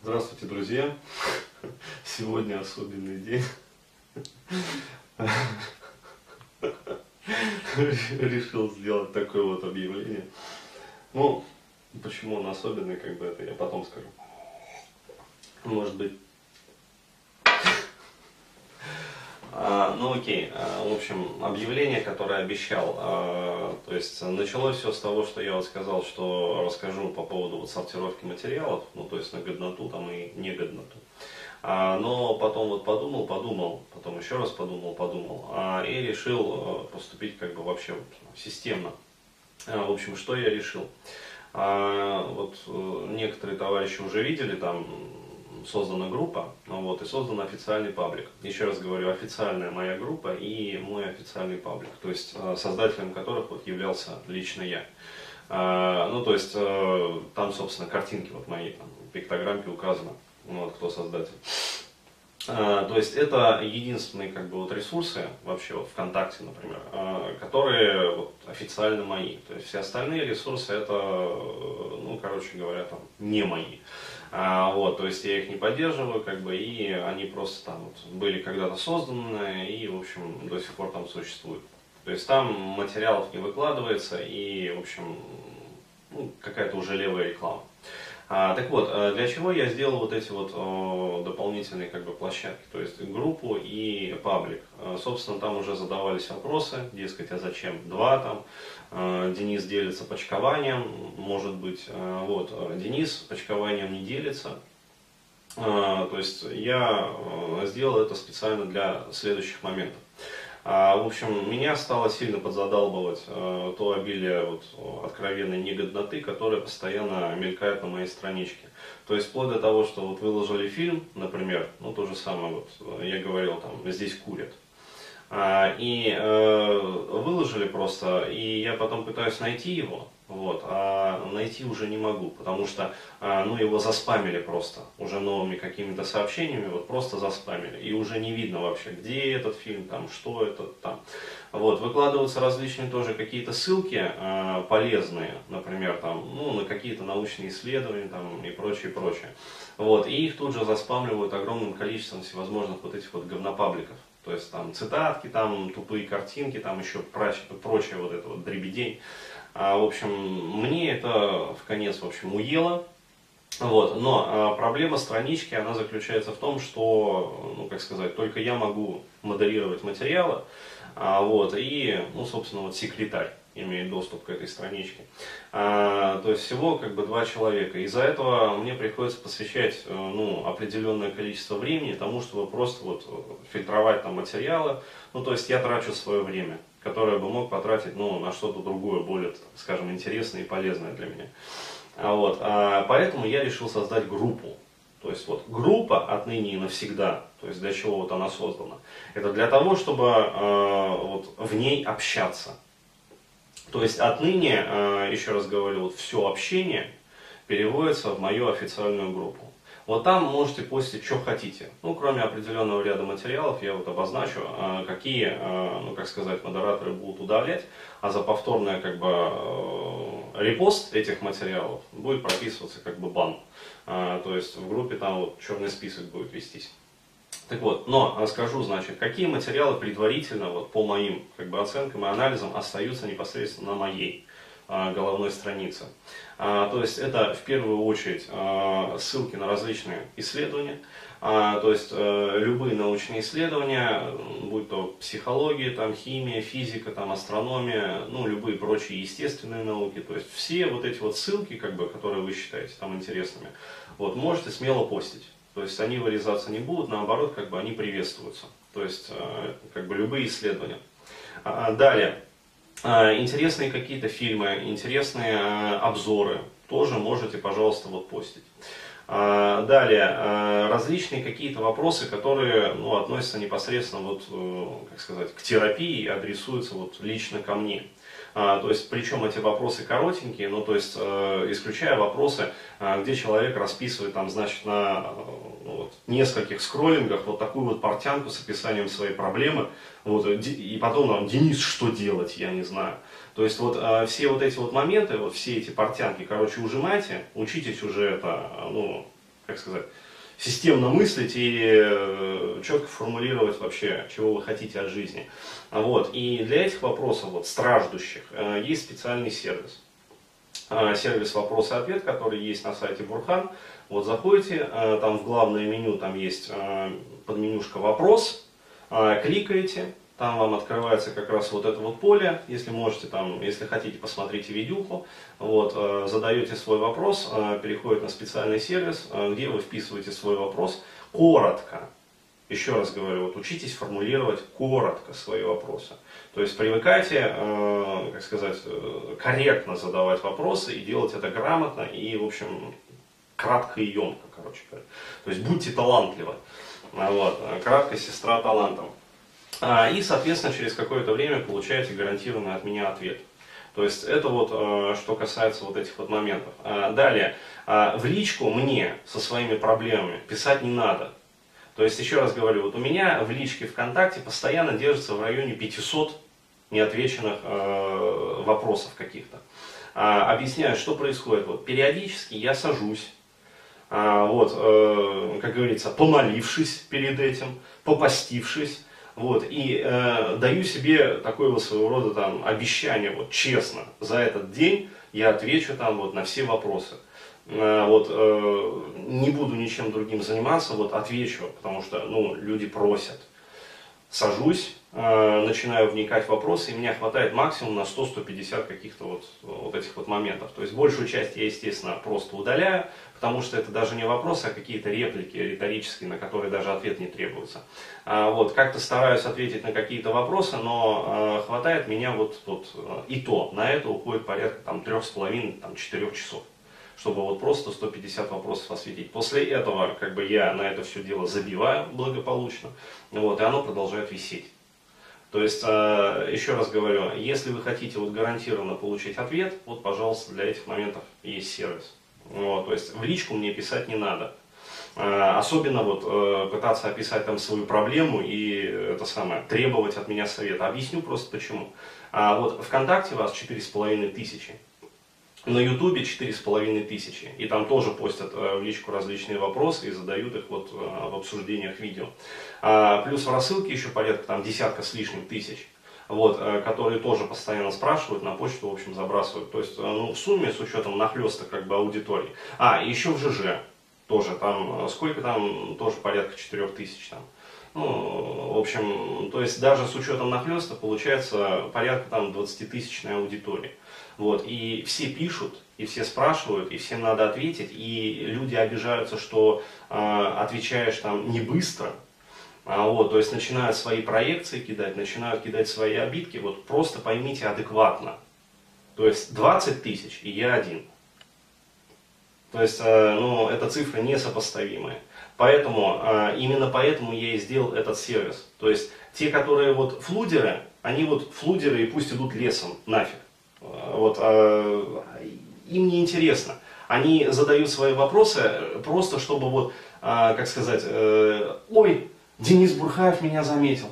Здравствуйте, друзья! Сегодня особенный день. Решил сделать такое вот объявление. Ну, почему он особенный, как бы это я потом скажу. Может быть. Ну окей, в общем, объявление, которое обещал, то есть началось все с того, что я вот сказал, что расскажу по поводу вот сортировки материалов, ну то есть на годноту там и не годноту. Но потом вот подумал, потом еще раз подумал, и решил поступить как бы вообще вот системно. В общем, что я решил? Вот некоторые товарищи уже видели там, создана группа, вот, и создан официальный паблик. Еще раз говорю, официальная моя группа и мой официальный паблик, то есть создателем которых вот являлся лично я. Ну, то есть там, собственно, картинки вот мои, там, пиктограммки указаны, вот, кто создатель. То есть это единственные как бы вот ресурсы, вообще вот ВКонтакте, например, которые вот официально мои. То есть все остальные ресурсы это, ну, короче говоря, там не мои. Вот, то есть я их не поддерживаю, как бы, и они просто там вот были когда-то созданы и, в общем, до сих пор там существуют. То есть там материалов не выкладывается и, в общем, ну, какая-то уже левая реклама. Так вот, для чего я сделал вот эти вот дополнительные как бы площадки, то есть группу и паблик. Собственно, там уже задавались вопросы, дескать, а зачем два там, Денис делится почкованием, может быть, вот, Денис почкованием не делится. То есть я сделал это специально для следующих моментов. В общем, меня стало сильно подзадалбывать то обилие вот, откровенной негодноты, которое постоянно мелькает на моей страничке. То есть вплоть до того, что вот выложили фильм, например, ну то же самое, вот, я говорил, там, здесь курят. И выложили просто, и я потом пытаюсь найти его, вот, а найти уже не могу, потому что ну, его заспамили просто, уже новыми какими-то сообщениями, вот просто заспамили, и уже не видно вообще, где этот фильм, там, что это там. Вот, выкладываются различные тоже какие-то ссылки полезные, например, там, ну, на какие-то научные исследования там, и прочее, прочее. Вот, и их тут же заспамливают огромным количеством всевозможных вот этих вот говнопабликов. То есть там цитатки, там тупые картинки, там еще прочее вот это вот дребедень. В общем, мне это в конец, в общем, уело. Вот. Но проблема странички, она заключается в том, что, ну, как сказать, только я могу модерировать материалы, вот, и, ну, собственно, вот секретарь имеет доступ к этой страничке. То есть всего как бы 2 человека. Из-за этого мне приходится посвящать ну, определенное количество времени тому, чтобы просто вот фильтровать там материалы. Ну, то есть я трачу свое время, которое бы мог потратить ну, на что-то другое, более, скажем, интересное и полезное для меня. Вот. Поэтому я решил создать группу. То есть вот группа отныне и навсегда, то есть для чего вот она создана, это для того, чтобы вот в ней общаться. То есть отныне, еще раз говорю, вот все общение переводится в мою официальную группу. Вот там можете постить, что хотите. Ну, кроме определенного ряда материалов, я вот обозначу, какие, ну, как сказать, модераторы будут удалять, а за повторное, как бы, репост этих материалов будет прописываться, как бы, бан. То есть в группе там вот черный список будет вестись. Так вот, но скажу, значит, какие материалы предварительно, вот, по моим как бы, оценкам и анализам, остаются непосредственно на моей головной странице. То есть это в первую очередь ссылки на различные исследования, то есть любые научные исследования, будь то психология, там, химия, физика, там, астрономия, ну, любые прочие естественные науки, то есть все вот эти вот ссылки, как бы, которые вы считаете там интересными, вот, можете смело постить. То есть они вырезаться не будут, наоборот, как бы они приветствуются. То есть как бы любые исследования. Далее, интересные какие-то фильмы, интересные обзоры тоже можете, пожалуйста, вот постить. Далее, различные какие-то вопросы, которые ну, относятся непосредственно вот, как сказать, к терапии и адресуются вот лично ко мне. То есть, причем эти вопросы коротенькие, ну, то есть, исключая вопросы, где человек расписывает, там, значит, на ну, вот, нескольких скроллингах вот такую вот портянку с описанием своей проблемы, вот, и потом, там, Денис, что делать, я не знаю. То есть, вот, все вот эти вот моменты, вот, все эти портянки, короче, ужимайте, учитесь уже это, ну, как сказать, системно мыслить и четко формулировать вообще, чего вы хотите от жизни. Вот. И для этих вопросов, вот, страждущих, есть специальный сервис. Сервис «Вопрос и ответ», который есть на сайте Бурхан. Вот заходите, там в главное меню, там есть подменюшка «Вопрос», кликаете, там вам открывается как раз вот это вот поле, если можете, там, если хотите, посмотрите видюху, вот, задаете свой вопрос, переходите на специальный сервис, где вы вписываете свой вопрос коротко. Еще раз говорю, вот учитесь формулировать коротко свои вопросы. То есть привыкайте, как сказать, корректно задавать вопросы и делать это грамотно и, в общем, кратко и емко, короче говоря. То есть будьте талантливы. Вот. Краткость сестра талантом. И, соответственно, через какое-то время получаете гарантированный от меня ответ. То есть это вот, что касается вот этих вот моментов. Далее, в личку мне со своими проблемами писать не надо. То есть, еще раз говорю, вот у меня в личке ВКонтакте постоянно держится в районе 500 неотвеченных вопросов каких-то. Объясняю, что происходит. Вот, периодически я сажусь, вот, как говорится, помолившись перед этим, попостившись, вот, и даю себе такое вот своего рода там обещание, вот, честно, за этот день я отвечу там вот на все вопросы. Вот, не буду ничем другим заниматься, вот отвечу, потому что, ну, люди просят. Сажусь, начинаю вникать в вопросы, и меня хватает максимум на 100-150 каких-то вот этих вот моментов. То есть большую часть я, естественно, просто удаляю, потому что это даже не вопросы, а какие-то реплики риторические, на которые даже ответ не требуется. Вот, как-то стараюсь ответить на какие-то вопросы, но хватает меня вот и то, на это уходит порядка там 3,5-4 часов. Чтобы вот просто 150 вопросов осветить. После этого как бы я на это все дело забиваю благополучно, вот, и оно продолжает висеть. То есть, еще раз говорю, если вы хотите вот гарантированно получить ответ, вот, пожалуйста, для этих моментов есть сервис. Вот, то есть в личку мне писать не надо. Особенно вот пытаться описать там свою проблему и это самое, требовать от меня совета. Объясню просто почему. Вот ВКонтакте вас 4500. На Ютубе 4500, и там тоже постят в личку различные вопросы и задают их вот в обсуждениях видео. Плюс в рассылке еще порядка там десятка с лишним тысяч, вот, которые тоже постоянно спрашивают, на почту, в общем, забрасывают. То есть, ну, в сумме, с учетом нахлеста как бы аудитории. И еще в ЖЖ тоже там, сколько там, тоже порядка 4000 там. Ну, в общем, то есть даже с учетом нахлеста получается порядка там 20-тысячной аудитории. Вот, и все пишут, и все спрашивают, и всем надо ответить, и люди обижаются, что отвечаешь там не быстро, вот, то есть начинают свои проекции кидать, начинают кидать свои обидки, вот просто поймите адекватно. То есть 20 тысяч и я один. То есть, ну, это цифры несопоставимые. Поэтому, именно поэтому я и сделал этот сервис. То есть, те, которые вот флудеры, они вот флудеры и пусть идут лесом, нафиг. Вот, им не интересно. Они задают свои вопросы просто, чтобы вот, как сказать, ой, Денис Бурхаев меня заметил.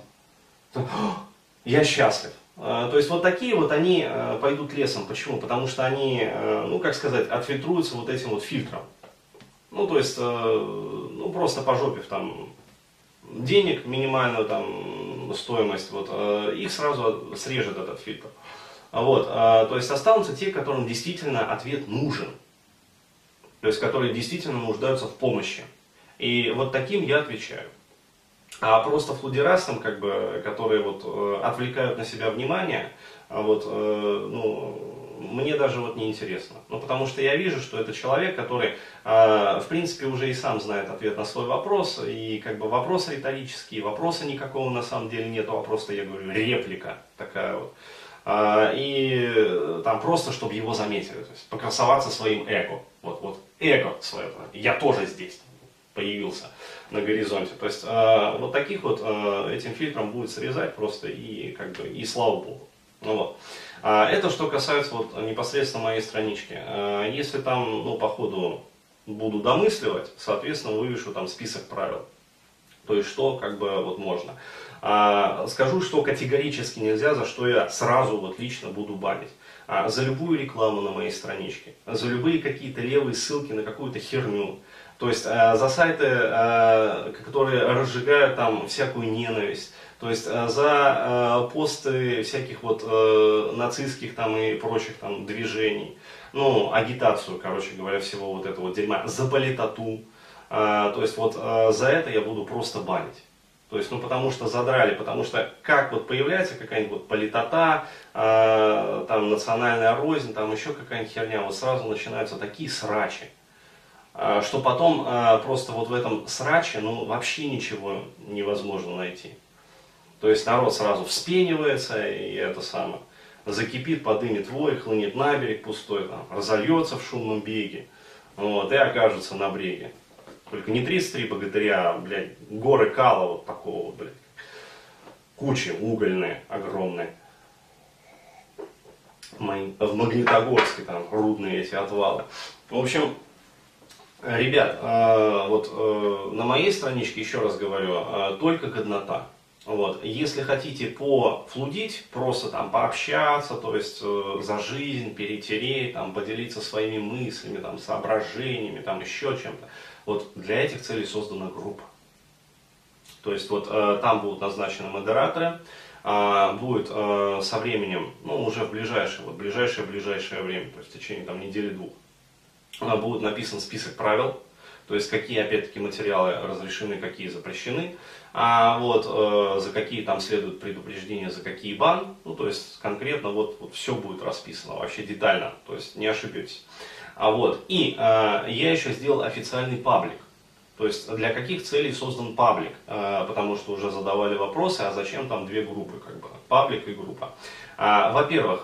Я счастлив. То есть вот такие вот они пойдут лесом. Почему? Потому что они, ну как сказать, отфильтруются вот этим вот фильтром. Ну то есть, ну просто пожопив там денег, минимальную там стоимость, вот, их сразу срежет этот фильтр. Вот, то есть останутся те, которым действительно ответ нужен. То есть которые действительно нуждаются в помощи. И вот таким я отвечаю. А просто флудерастам, как бы, которые вот отвлекают на себя внимание, вот, ну, мне даже вот не интересно. Ну, потому что я вижу, что это человек, который, в принципе, уже и сам знает ответ на свой вопрос, и как бы вопрос риторический, вопроса никакого на самом деле нету, а просто, я говорю, реплика такая вот. И там просто, чтобы его заметили, то есть покрасоваться своим эго. Вот эго свое, я тоже здесь появился на горизонте. То есть вот таких вот этим фильтром будет срезать просто и как бы и слава богу. Ну, вот. Это что касается вот непосредственно моей странички. Если там, ну, по ходу буду домысливать, соответственно, вывешу там список правил. То есть что как бы вот можно. Скажу, что категорически нельзя, за что я сразу вот лично буду банить. За любую рекламу на моей страничке, за любые какие-то левые ссылки на какую-то херню. То есть за сайты, которые разжигают там всякую ненависть, то есть за посты всяких вот нацистских там и прочих там движений, ну, агитацию, короче говоря, всего вот этого дерьма, за политоту, то есть вот за это я буду просто банить. То есть, ну, потому что задрали, потому что как вот появляется какая-нибудь вот политота, там национальная рознь, там еще какая-нибудь херня, вот сразу начинаются такие срачи, что потом просто вот в этом сраче, ну, вообще ничего невозможно найти. То есть народ сразу вспенивается, и это самое, закипит, подымет вой, хлынет на берег пустой, там, разольется в шумном беге, вот, и окажется на бреге. Только не 33 богатыря, а, блядь, горы кала вот такого вот, блядь, кучи угольные, огромные. В Магнитогорске там рудные эти отвалы. В общем, ребят, вот на моей страничке, еще раз говорю, только годнота. Вот. Если хотите пофлудить, просто там пообщаться, то есть за жизнь, перетереть, там, поделиться своими мыслями, там, соображениями, там, еще чем-то, вот для этих целей создана группа. То есть вот там будут назначены модераторы, будет со временем, ну уже в ближайшее время, то есть в течение там недели-двух, будет написан список правил, то есть какие опять-таки материалы разрешены, какие запрещены, вот, за какие там следует предупреждение, за какие бан, ну то есть конкретно вот все будет расписано, вообще детально, то есть не ошибетесь. Вот, и я еще сделал официальный паблик. То есть для каких целей создан паблик? Потому что уже задавали вопросы, а зачем там две группы, как бы, паблик и группа. Во-первых,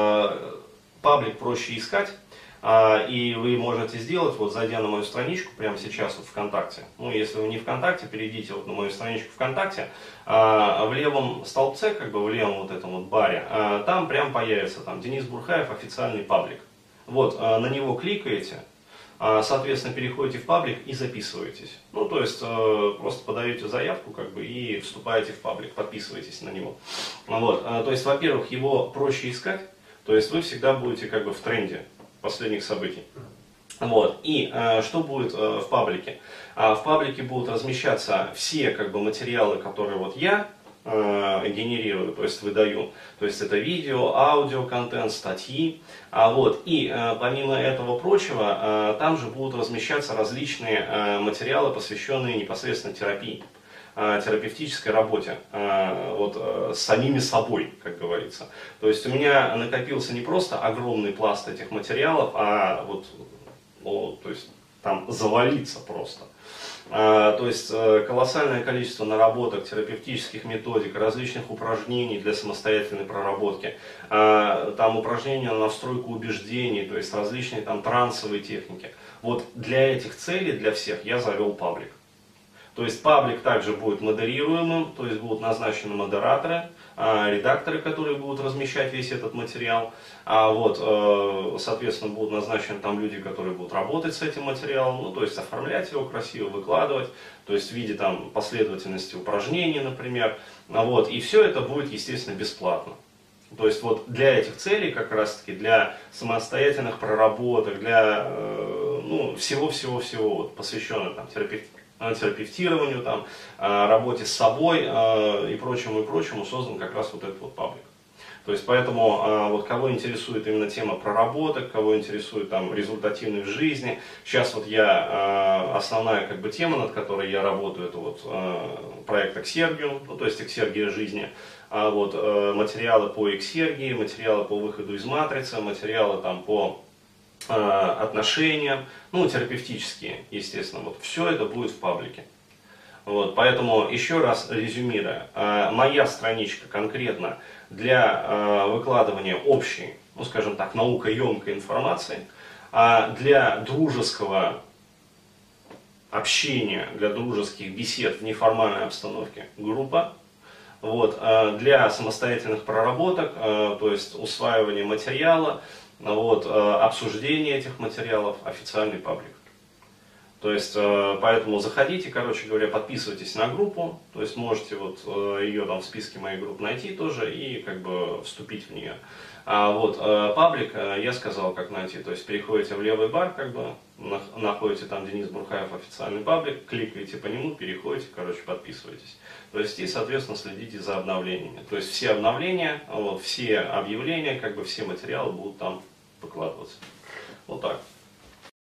паблик проще искать, и вы можете сделать, вот зайдя на мою страничку прямо сейчас вот ВКонтакте. Ну, если вы не ВКонтакте, перейдите вот на мою страничку ВКонтакте, в левом столбце, как бы в левом вот этом вот баре, там прям появится там Денис Бурхаев, официальный паблик. Вот, на него кликаете. Соответственно, переходите в паблик и записываетесь. Ну, то есть, просто подаете заявку, как бы, и вступаете в паблик, подписываетесь на него. Вот, то есть, во-первых, его проще искать, то есть, вы всегда будете, как бы, в тренде последних событий. Вот, и что будет в паблике? В паблике будут размещаться все, как бы, материалы, которые вот я генерирую, то есть выдаю. То есть это видео, аудио, контент, статьи. Вот. И помимо этого прочего, там же будут размещаться различные материалы, посвященные непосредственно терапии, терапевтической работе, вот, с самими собой, как говорится. То есть у меня накопился не просто огромный пласт этих материалов, а вот, ну, то есть там завалится просто. То есть колоссальное количество наработок, терапевтических методик, различных упражнений для самостоятельной проработки, там упражнения на настройку убеждений, то есть различные там трансовые техники. Вот для этих целей, для всех, я завел паблик. То есть паблик также будет модерируемым, то есть будут назначены модераторы, редакторы, которые будут размещать весь этот материал. Вот, соответственно, будут назначены там люди, которые будут работать с этим материалом, ну, то есть оформлять его красиво, выкладывать, то есть в виде там последовательности упражнений, например. Вот, и все это будет, естественно, бесплатно. То есть вот для этих целей, как раз таки, для самостоятельных проработок, для ну, всего-всего-всего, вот, посвященных там терапевтированию, там, работе с собой и прочему создан как раз вот этот вот паблик. То есть поэтому вот кого интересует именно тема проработок, кого интересует там результативность в жизни, сейчас вот я, основная как бы тема, над которой я работаю, это вот проект Эксергиум, ну, то есть Эксергия жизни, вот материалы по Эксергии, материалы по выходу из матрицы, материалы там по отношениям, ну, терапевтические, естественно, вот все это будет в паблике. Вот, поэтому, еще раз резюмируя, моя страничка конкретно для выкладывания общей, ну, скажем так, наукоемкой информации, для дружеского общения, для дружеских бесед в неформальной обстановке группа, вот, для самостоятельных проработок, то есть усваивания материала, вот, обсуждение этих материалов, официальный паблик. То есть, поэтому заходите, короче говоря, подписывайтесь на группу, то есть можете вот ее там в списке моих групп найти тоже и как бы вступить в нее. А вот паблик, я сказал, как найти, то есть переходите в левый бар, как бы, находите там Денис Бурхаев официальный паблик, кликаете по нему, переходите, короче, подписывайтесь. То есть и, соответственно, следите за обновлениями. То есть все обновления, вот, все объявления, как бы все материалы будут там выкладываться. Вот так.